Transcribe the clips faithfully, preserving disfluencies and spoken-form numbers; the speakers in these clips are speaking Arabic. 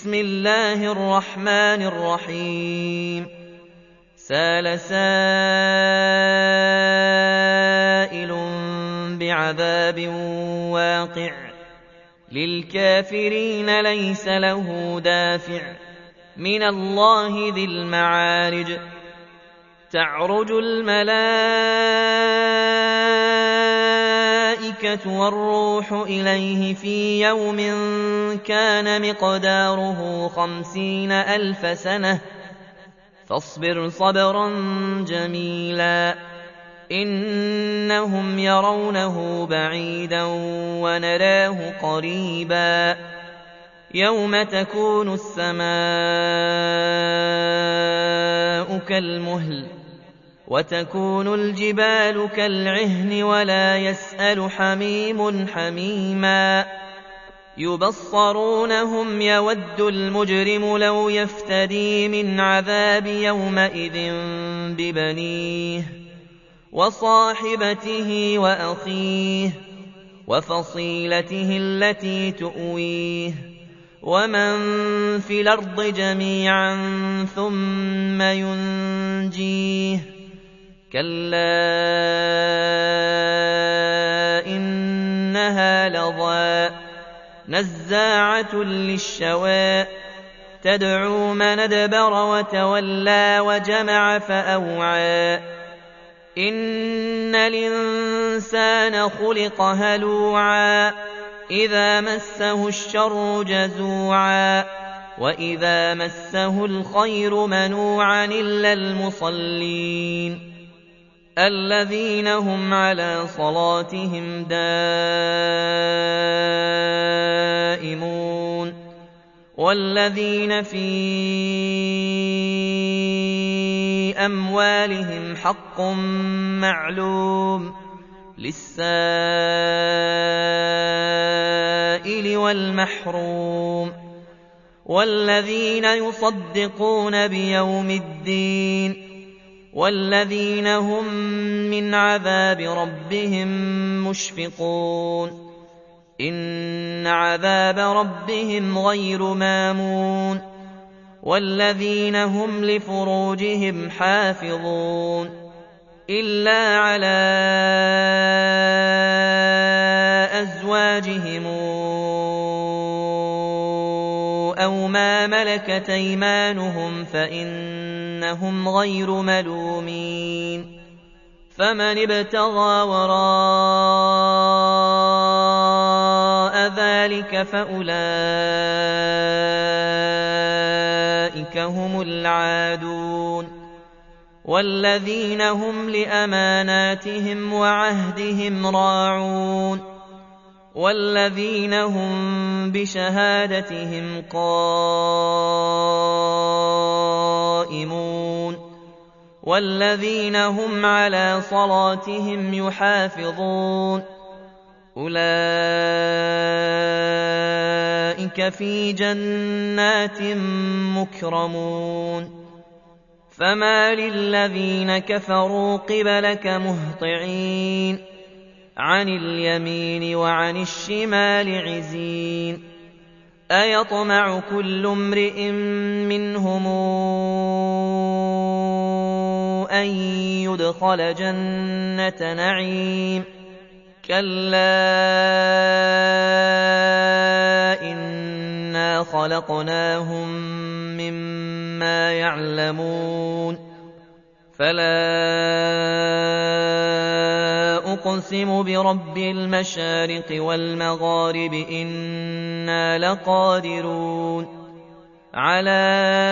بسم الله الرحمن الرحيم سال سائل بعذاب واقع للكافرين ليس له دافع من الله ذي المعارج تعرج الملائكة والروح إليه في يوم كان مقداره خمسين ألف سنة فاصبر صبرا جميلا إنهم يرونه بعيدا ونراه قريبا يوم تكون السماء كالمهل وتكون الجبال كالعهن ولا يسأل حميم حميما يبصرونهم يود المجرم لو يفتدي من عذاب يومئذ ببنيه وصاحبته وأخيه وفصيلته التي تؤويه ومن في الأرض جميعا ثم ينجيه كلا إنها لظى نزاعة للشوى تدعو من أدبر وتولى وجمع فأوعى إن الإنسان خلق هلوعا إذا مسه الشر جزوعا وإذا مسه الخير منوعا إلا المصلين الذين هم على صلاتهم دائمون والذين في أموالهم حق معلوم للسائل والمحروم والذين يصدقون بيوم الدين والذين هم من عذاب ربهم مشفقون إن عذاب ربهم غير مامون والذين هم لفروجهم حافظون إلا على أزواجهم أو ما ملكت أيمانهم فإنهم غير ملومين فمن ابتغى وراء ذلك فأولئك هم العادون والذين هم لأماناتهم وعهدهم راعون والذين هم بشهادتهم قائمون والذين هم على صلاتهم يحافظون أولئك في جنات مكرمون فما للذين كفروا قبلك مهطعين عن اليمين وعن الشمال عزين أيطمع كل امرئ منهم أن يدخل جنة نعيم كلا إنا خلقناهم مما يعلمون فلا أقسم برب المشارق والمغارب إنا لقادرون على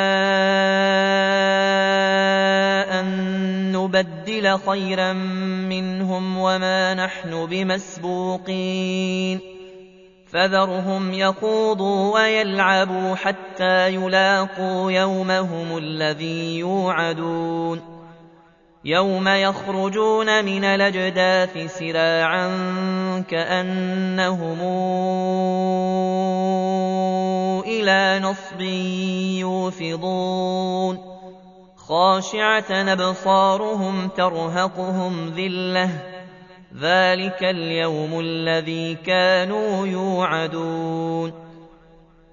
أن نبدل خيرا منهم وما نحن بمسبوقين فذرهم يخوضوا ويلعبوا حتى يلاقوا يومهم الذي يوعدون يوم يخرجون من الأجداث سراعا كأنهم إلى نصب يوفضون خاشعة أبصارهم ترهقهم ذلة ذلك اليوم الذي كانوا يوعدون